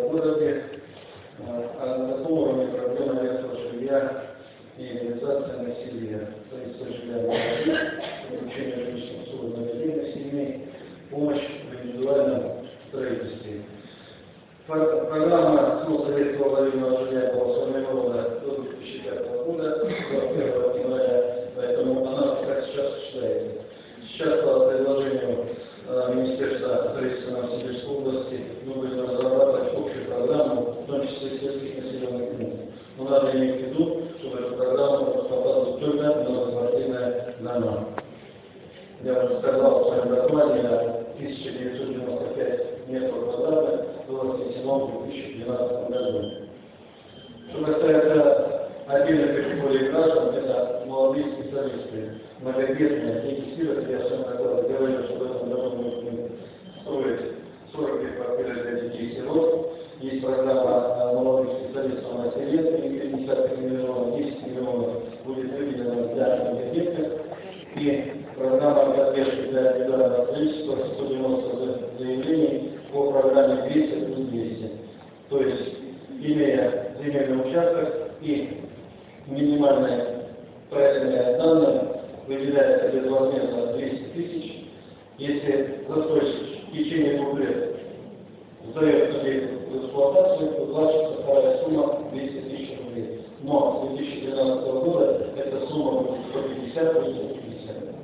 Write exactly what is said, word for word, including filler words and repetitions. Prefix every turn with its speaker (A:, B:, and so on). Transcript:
A: в городе, а на таком уровне проблема арендного жилья и реализация насилия, строительство жилья, получение жилищных услуг многодетных семей, помощь в индивидуальном строительстве. Программа Советского аварийного жилья была сформирована до две тысячи пятого года, до первого января, поэтому она как сейчас осуществляется. Сейчас по предложению э, Министерства строительства Новосибирской области мы будем разрабатывать общую программу, в том числе и сельских населенных пунктов. Но надо иметь в виду, что в эту программу попадут только многоквартирные дома. Я уже сказал в своем докладе, тысяча девятьсот девяносто пять метров квадратных было снесено в две тысячи двенадцатом году. Что касается отдельных категорий граждан, это молодые специалисты, многодетные, дети-сироты, я в своем докладе говорил, что в этом году мы будем строить сорок две квартиры для детей-сирот. Есть программа молодых специалистов на селе, пятьдесят миллионов, десять миллионов будет выделено для многодетных. И программа поддержки для индивидуального строительства сто девяносто заявлений по программе двести плюс двести. То есть, имея земельный участок и минимальные проектные данные, выделяется безвозмездно двести тысяч. Если застройщик в течение двух лет сдает объект в эксплуатацию, выплачивается вторая сумма двести тысяч рублей. Но с две тысячи двенадцатого года эта сумма будет сто пятьдесят плюс сто пятьдесят.